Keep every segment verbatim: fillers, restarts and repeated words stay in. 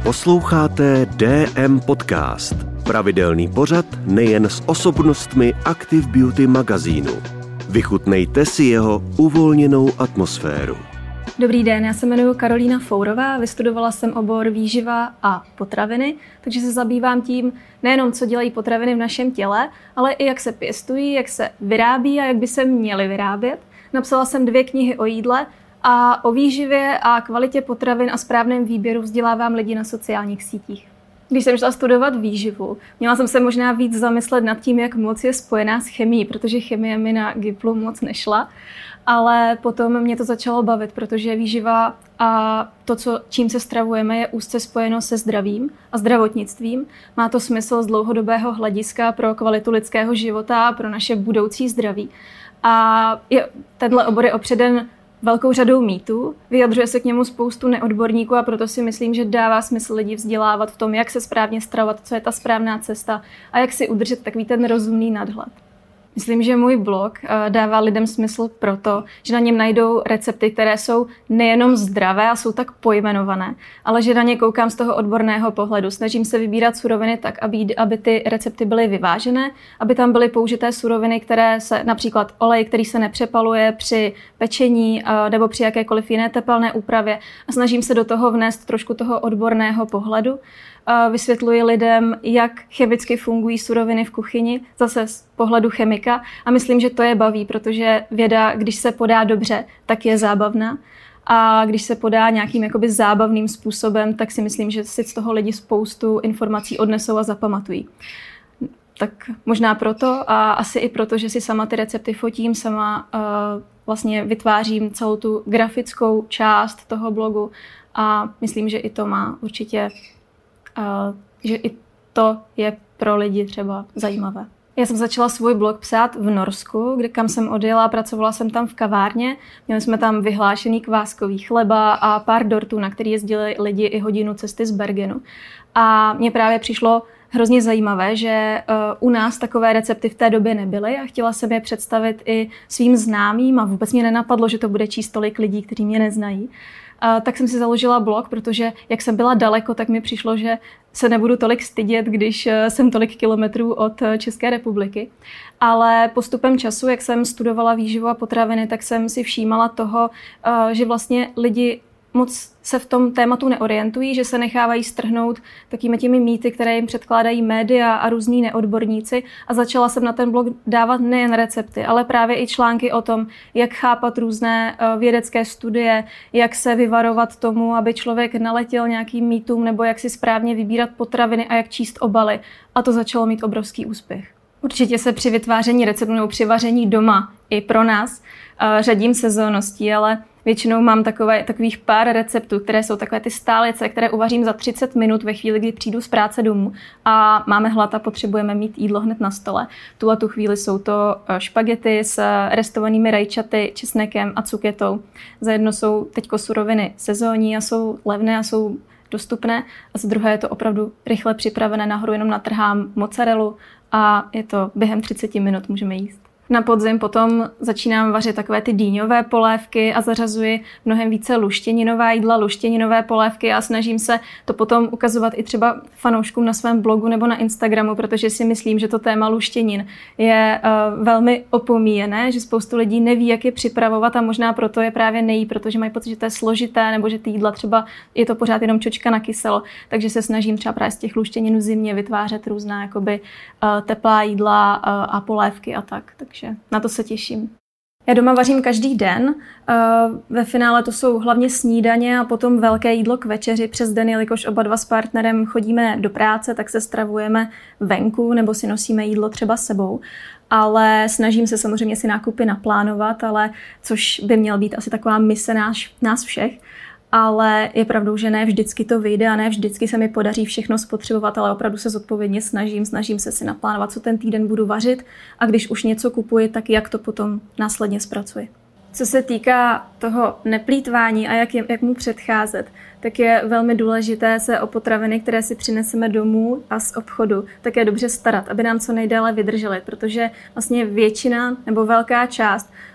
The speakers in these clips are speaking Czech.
Posloucháte D M Podcast, pravidelný pořad nejen s osobnostmi Active Beauty magazínu. Vychutnejte si jeho uvolněnou atmosféru. Dobrý den, já se jmenuji Karolína Fourová, vystudovala jsem obor výživa a potraviny, takže se zabývám tím nejenom, co dělají potraviny v našem těle, ale i jak se pěstují, jak se vyrábí a jak by se měly vyrábět. Napsala jsem dvě knihy o jídle a o výživě a kvalitě potravin a správném výběru vzdělávám lidi na sociálních sítích. Když jsem šla studovat výživu, měla jsem se možná víc zamyslet nad tím, jak moc je spojená s chemií, protože chemie mi na Giplu moc nešla, ale potom mě to začalo bavit, protože výživa a to, co, čím se stravujeme, je úzce spojeno se zdravím a zdravotnictvím. Má to smysl z dlouhodobého hlediska pro kvalitu lidského života a pro naše budoucí zdraví. A je, tenhle obor je opředen velkou řadou mýtů, vyjadřuje se k němu spoustu neodborníků a proto si myslím, že dává smysl lidi vzdělávat v tom, jak se správně stravovat, co je ta správná cesta a jak si udržet takový ten rozumný nadhled. Myslím, že můj blog dává lidem smysl proto, že na něm najdou recepty, které jsou nejenom zdravé a jsou tak pojmenované, ale že na ně koukám z toho odborného pohledu. Snažím se vybírat suroviny tak, aby, aby ty recepty byly vyvážené, aby tam byly použité suroviny, které se, například olej, který se nepřepaluje při pečení nebo při jakékoliv jiné tepelné úpravě. A snažím se do toho vnést trošku toho odborného pohledu. Vysvětluji lidem, jak chemicky fungují suroviny v kuchyni, zase z pohledu chemika. A myslím, že to je baví, protože věda, když se podá dobře, tak je zábavná. A když se podá nějakým jakoby zábavným způsobem, tak si myslím, že si z toho lidi spoustu informací odnesou a zapamatují. Tak možná proto a asi i proto, že si sama ty recepty fotím, sama uh, vlastně vytvářím celou tu grafickou část toho blogu a myslím, že i to má určitě Uh, že i to je pro lidi třeba zajímavé. Já jsem začala svůj blog psát v Norsku, kde kam jsem odjela, pracovala jsem tam v kavárně. Měli jsme tam vyhlášený kváskový chleba a pár dortů, na který jezdili lidi i hodinu cesty z Bergenu. A mně právě přišlo hrozně zajímavé, že uh, u nás takové recepty v té době nebyly a chtěla jsem je představit i svým známým a vůbec mě nenapadlo, že to bude číst tolik lidí, kteří mě neznají. Uh, tak jsem si založila blog, protože jak jsem byla daleko, tak mi přišlo, že se nebudu tolik stydět, když uh, jsem tolik kilometrů od uh, České republiky. Ale postupem času, jak jsem studovala výživu a potraviny, tak jsem si všímala toho, uh, že vlastně lidi moc se v tom tématu neorientují, že se nechávají strhnout takými těmi mýty, které jim předkládají média a různí neodborníci. A začala jsem na ten blog dávat nejen recepty, ale právě i články o tom, jak chápat různé vědecké studie, jak se vyvarovat tomu, aby člověk naletěl nějakým mýtům, nebo jak si správně vybírat potraviny a jak číst obaly. A to začalo mít obrovský úspěch. Určitě se při vytváření receptů nebo při vaření doma i pro nás řadím sezónností, ale většinou mám takové, takových pár receptů, které jsou takové ty stálice, které uvařím za třicet minut ve chvíli, kdy přijdu z práce domů a máme hlad a potřebujeme mít jídlo hned na stole. Tuhle tu chvíli jsou to špagety s restovanými rajčaty, česnekem a cuketou. Zajedno jsou teďko suroviny sezónní a jsou levné a jsou dostupné. A za druhé je to opravdu rychle připravené, nahoru jenom natrhám mozzarellu a je to během třicet minut můžeme jíst. Na podzim potom začínám vařit takové ty dýňové polévky a zařazuji mnohem více luštěninová jídla, luštěninové polévky a snažím se to potom ukazovat i třeba fanouškům na svém blogu nebo na Instagramu, protože si myslím, že to téma luštěnin je uh, velmi opomíjené, že spoustu lidí neví, jak je připravovat a možná proto je právě nejí, protože mají pocit, že to je složité nebo že ty jídla třeba je to pořád jenom čočka na kyselo, takže se snažím třeba právě z těch luštěnin v zimě vytvářet různá jakoby uh, teplá jídla uh, a polévky a tak. Takže na to se těším. Já doma vařím každý den. Ve finále to jsou hlavně snídaně a potom velké jídlo k večeři přes den, jelikož oba dva s partnerem chodíme do práce, tak se stravujeme venku nebo si nosíme jídlo třeba s sebou. Ale snažím se samozřejmě si nákupy naplánovat, ale což by měl být asi taková mise nás, nás všech. Ale je pravdou, že ne vždycky to vyjde a ne vždycky se mi podaří všechno spotřebovat, ale opravdu se zodpovědně snažím, snažím se si naplánovat, co ten týden budu vařit a když už něco kupuji, tak jak to potom následně zpracuji. Co se týká toho neplýtvání a jak, je, jak mu předcházet, tak je velmi důležité se o potraviny, které si přineseme domů a z obchodu, tak je dobře starat, aby nám co nejdéle vydržely, protože vlastně většina nebo velká část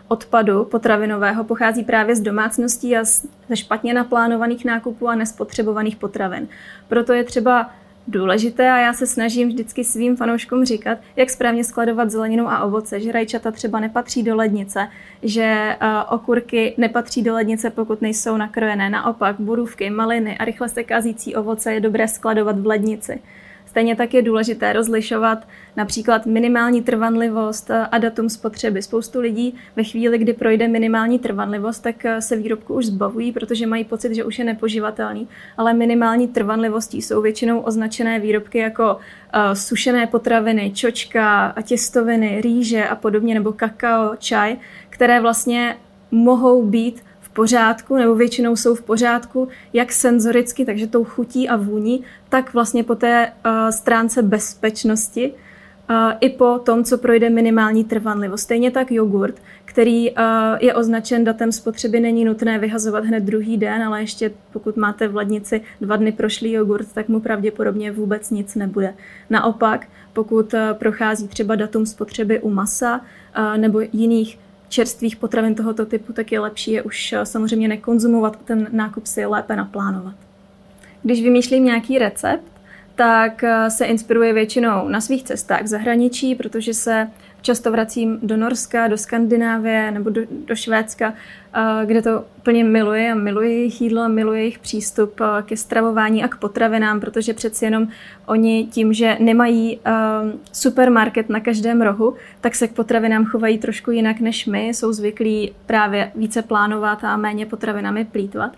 odpadu potravinového pochází právě z domácností a ze špatně naplánovaných nákupů a nespotřebovaných potravin. Proto je třeba důležité a já se snažím vždycky svým fanouškům říkat, jak správně skladovat zeleninu a ovoce, že rajčata třeba nepatří do lednice, že uh, okurky nepatří do lednice, pokud nejsou nakrojené. Naopak borůvky, maliny a rychle se kazící ovoce je dobré skladovat v lednici. Stejně tak je důležité rozlišovat například minimální trvanlivost a datum spotřeby. Spoustu lidí ve chvíli, kdy projde minimální trvanlivost, tak se výrobku už zbavují, protože mají pocit, že už je nepoživatelný. Ale minimální trvanlivostí jsou většinou označené výrobky jako uh, sušené potraviny, čočka, těstoviny, rýže a podobně, nebo kakao, čaj, které vlastně mohou být v pořádku, nebo většinou jsou v pořádku, jak senzoricky, takže tou chutí a vůní, tak vlastně po té uh, stránce bezpečnosti, uh, i po tom, co projde minimální trvanlivost. Stejně tak jogurt, který uh, je označen datem spotřeby, není nutné vyhazovat hned druhý den, ale ještě pokud máte v lednici dva dny prošlý jogurt, tak mu pravděpodobně vůbec nic nebude. Naopak, pokud uh, prochází třeba datum spotřeby u masa uh, nebo jiných čerstvých potravin tohoto typu, tak je lepší je už samozřejmě nekonzumovat, ten nákup si lépe naplánovat. Když vymýšlím nějaký recept, tak se inspiruje většinou na svých cestách v zahraničí, protože se často vracím do Norska, do Skandinávie nebo do, do Švédska, kde to úplně miluji a miluji jejich jídlo a miluji jejich přístup ke stravování a k potravinám, protože přeci jenom oni tím, že nemají supermarket na každém rohu, tak se k potravinám chovají trošku jinak než my, jsou zvyklí právě více plánovat a méně potravinami plýtvat.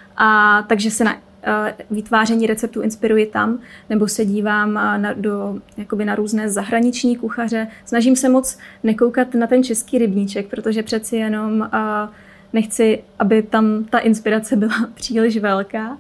A takže se na vytváření receptů inspiruji tam, nebo se dívám na, do, jakoby na různé zahraniční kuchaře. Snažím se moc nekoukat na ten český rybníček, protože přeci jenom uh, nechci, aby tam ta inspirace byla příliš velká.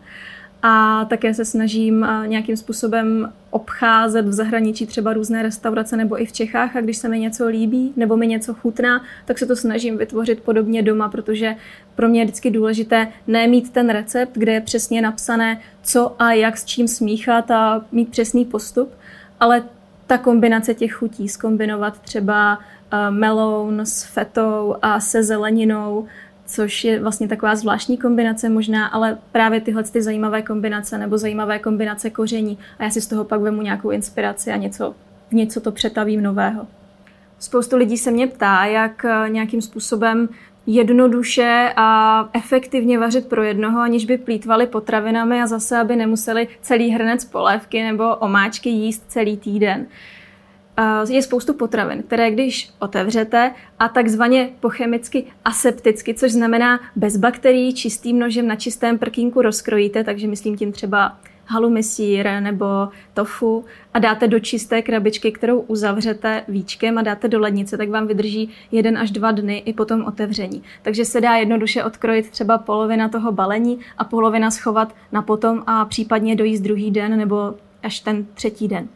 A také se snažím uh, nějakým způsobem obcházet v zahraničí třeba různé restaurace nebo i v Čechách, a když se mi něco líbí nebo mi něco chutná, tak se to snažím vytvořit podobně doma, protože pro mě je vždycky důležité nemít ten recept, kde je přesně napsané, co a jak s čím smíchat a mít přesný postup, ale ta kombinace těch chutí, zkombinovat třeba uh, meloun s fetou a se zeleninou, což je vlastně taková zvláštní kombinace možná, ale právě tyhle ty zajímavé kombinace nebo zajímavé kombinace koření a já si z toho pak vemu nějakou inspiraci a něco, něco to přetavím nového. Spoustu lidí se mě ptá, jak nějakým způsobem jednoduše a efektivně vařit pro jednoho, aniž by plýtvali potravinami a zase, aby nemuseli celý hrnec polévky nebo omáčky jíst celý týden. Je spoustu potravin, které když otevřete a takzvaně pochemicky asepticky, což znamená bez bakterií, čistým nožem na čistém prkínku rozkrojíte, takže myslím tím třeba halloumi sýr nebo tofu a dáte do čisté krabičky, kterou uzavřete víčkem a dáte do lednice, tak vám vydrží jeden až dva dny i po tom otevření. Takže se dá jednoduše odkrojit třeba polovina toho balení a polovina schovat na potom a případně dojíst druhý den nebo až ten třetí den.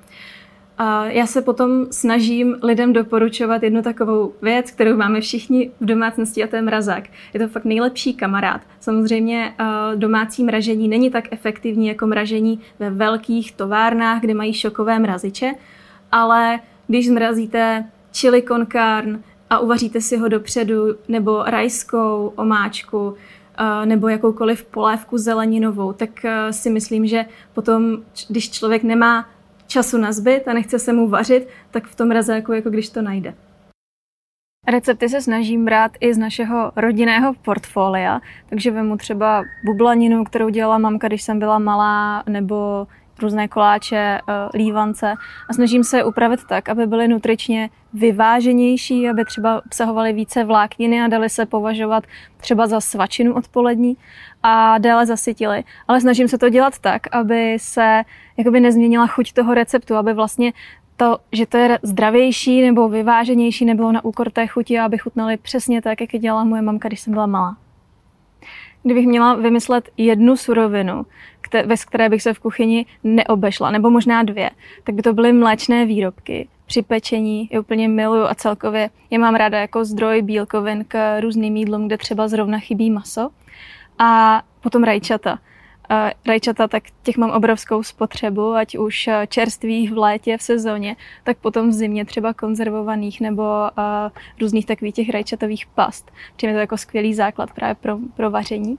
Já se potom snažím lidem doporučovat jednu takovou věc, kterou máme všichni v domácnosti, a to je mrazák. Je to fakt nejlepší kamarád. Samozřejmě domácí mražení není tak efektivní jako mražení ve velkých továrnách, kde mají šokové mraziče, ale když zmrazíte chili con carne a uvaříte si ho dopředu, nebo rajskou omáčku, nebo jakoukoliv polévku zeleninovou, tak si myslím, že potom, když člověk nemá času na zbyt a nechce se mu vařit, tak v tom mrazáku, jako když to najde. Recepty se snažím brát i z našeho rodinného portfolia, takže vemu třeba bublaninu, kterou dělala mamka, když jsem byla malá, nebo různé koláče, lívance a snažím se je upravit tak, aby byly nutričně vyváženější, aby třeba obsahovaly více vlákniny a daly se považovat třeba za svačinu odpolední a déle zasytily. Ale snažím se to dělat tak, aby se jakoby nezměnila chuť toho receptu, aby vlastně to, že to je zdravější nebo vyváženější, nebylo na úkor té chuti a aby chutnaly přesně tak, jak je dělala moje mamka, když jsem byla malá. Kdybych měla vymyslet jednu surovinu, bez které bych se v kuchyni neobešla, nebo možná dvě, tak by to byly mléčné výrobky. Při pečení je úplně miluju a celkově je mám ráda jako zdroj bílkovin k různým jídlům, kde třeba zrovna chybí maso. A potom rajčata. rajčata, tak těch mám obrovskou spotřebu, ať už čerstvých v létě, v sezóně, tak potom v zimě třeba konzervovaných nebo různých takových těch rajčatových past. Přijde to jako skvělý základ právě pro, pro vaření.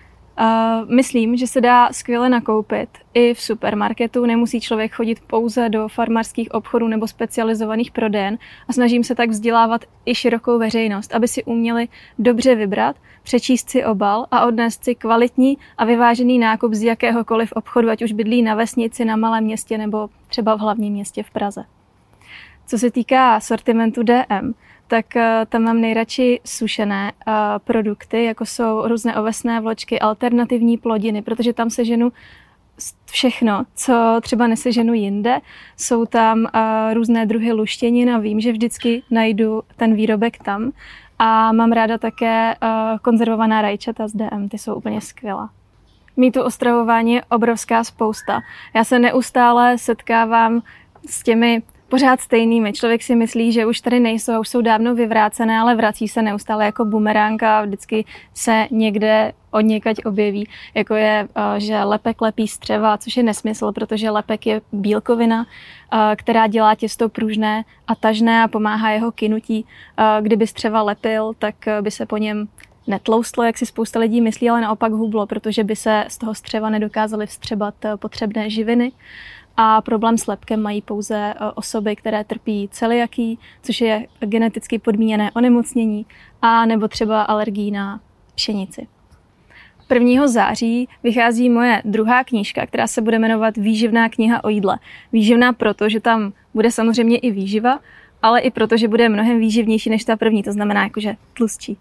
Uh, myslím, že se dá skvěle nakoupit i v supermarketu. Nemusí člověk chodit pouze do farmářských obchodů nebo specializovaných prodejen a snažím se tak vzdělávat i širokou veřejnost, aby si uměli dobře vybrat, přečíst si obal a odnést si kvalitní a vyvážený nákup z jakéhokoliv obchodu, ať už bydlí na vesnici, na malém městě nebo třeba v hlavním městě v Praze. Co se týká sortimentu D M, tak tam mám nejradši sušené produkty, jako jsou různé ovesné vločky, alternativní plodiny, protože tam seženu všechno, co třeba neseženu jinde. Jsou tam různé druhy luštěnin a vím, že vždycky najdu ten výrobek tam. A mám ráda také konzervovaná rajčata z D M, ty jsou úplně skvělá. Mýtu o stravování je obrovská spousta. Já se neustále setkávám s těmi pořád stejnými. Člověk si myslí, že už tady nejsou, už jsou dávno vyvrácené, ale vrací se neustále jako bumerang a vždycky se někde od někaď objeví, jako je, že lepek lepí střeva, což je nesmysl, protože lepek je bílkovina, která dělá těsto pružné a tažné a pomáhá jeho kynutí. Kdyby střeva lepil, tak by se po něm netloustlo, jak si spousta lidí myslí, ale naopak hublo, protože by se z toho střeva nedokázaly vstřebat potřebné živiny. A problém s lepkem mají pouze osoby, které trpí celiakí, což je geneticky podmíněné onemocnění, a nebo třeba alergií na pšenici. prvního září vychází moje druhá knížka, která se bude jmenovat Výživná kniha o jídle. Výživná proto, že tam bude samozřejmě i výživa, ale i proto, že bude mnohem výživnější než ta první, to znamená jakože tlustší.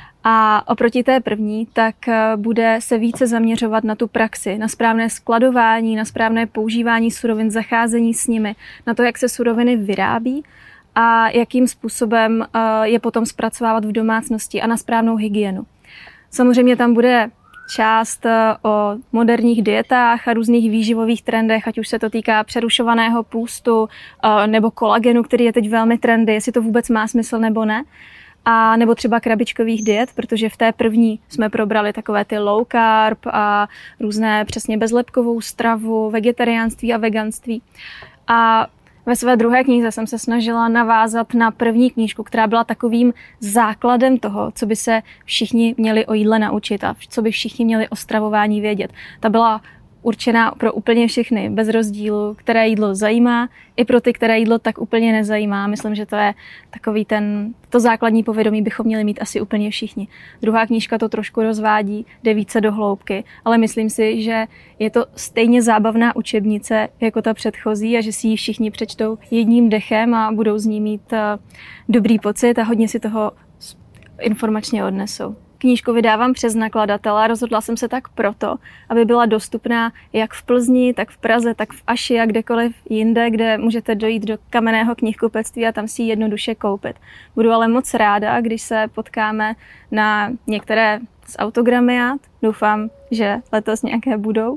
A oproti té první, tak bude se více zaměřovat na tu praxi, na správné skladování, na správné používání surovin, zacházení s nimi, na to, jak se suroviny vyrábí a jakým způsobem je potom zpracovávat v domácnosti a na správnou hygienu. Samozřejmě tam bude část o moderních dietách a různých výživových trendech, ať už se to týká přerušovaného půstu nebo kolagenu, který je teď velmi trendy, jestli to vůbec má smysl nebo ne. A nebo třeba krabičkových diet, protože v té první jsme probrali takové ty low carb a různé přesně bezlepkovou stravu, vegetariánství a veganství. A ve své druhé knize jsem se snažila navázat na první knížku, která byla takovým základem toho, co by se všichni měli o jídle naučit a co by všichni měli o stravování vědět. Ta byla určená pro úplně všechny, bez rozdílu, které jídlo zajímá, i pro ty, které jídlo tak úplně nezajímá. Myslím, že to je takový ten, to základní povědomí bychom měli mít asi úplně všichni. Druhá knížka to trošku rozvádí, jde více do hloubky, ale myslím si, že je to stejně zábavná učebnice jako ta předchozí a že si ji všichni přečtou jedním dechem a budou z ní mít dobrý pocit a hodně si toho informačně odnesou. Knížku vydávám přes nakladatele a rozhodla jsem se tak proto, aby byla dostupná jak v Plzni, tak v Praze, tak v Aši a kdekoliv jinde, kde můžete dojít do kamenného knihkupectví a tam si ji jednoduše koupit. Budu ale moc ráda, když se potkáme na některé z autogramiát. Doufám, že letos nějaké budou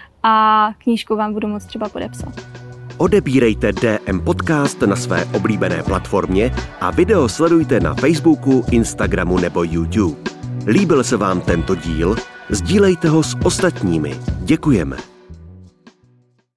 a knížku vám budu moct třeba podepsat. Odebírejte D M Podcast na své oblíbené platformě a video sledujte na Facebooku, Instagramu nebo YouTube. Líbil se vám tento díl? Sdílejte ho s ostatními. Děkujeme.